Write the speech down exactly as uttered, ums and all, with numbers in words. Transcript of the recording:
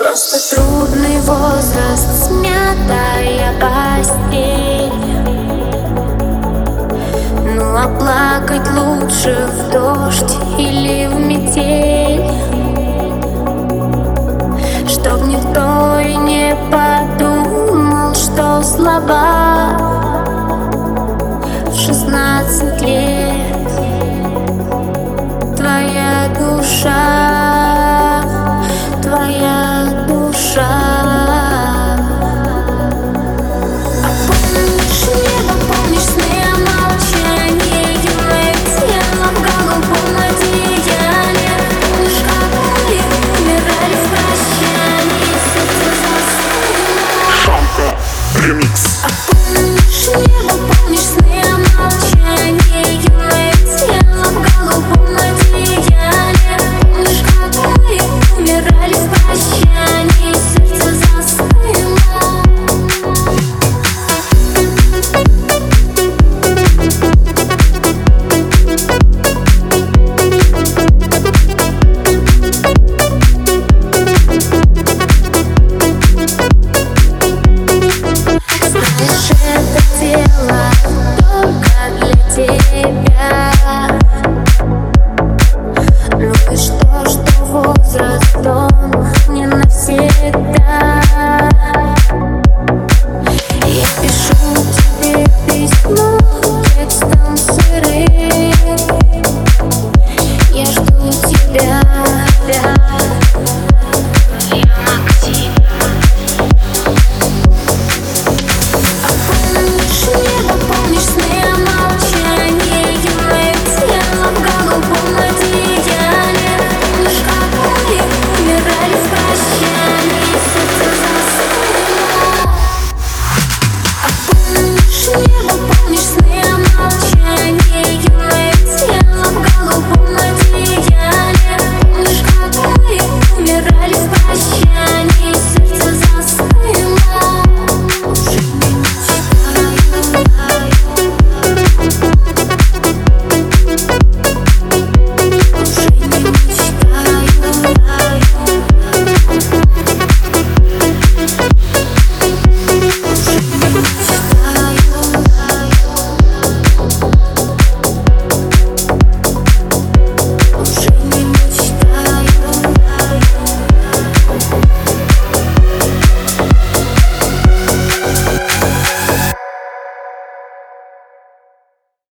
Просто трудный возраст, смятая постель. Ну а плакать лучше в дождь или в метель, чтоб никто и не подумал, что слаба в шестнадцать лет. Твоя душа, твоя душа. А помнишь небо, помнишь сны о молчании, юное тело в голубом одеянии. Помнишь, как мы умирали в прощании, сердце застыло. Шамка, ремикс.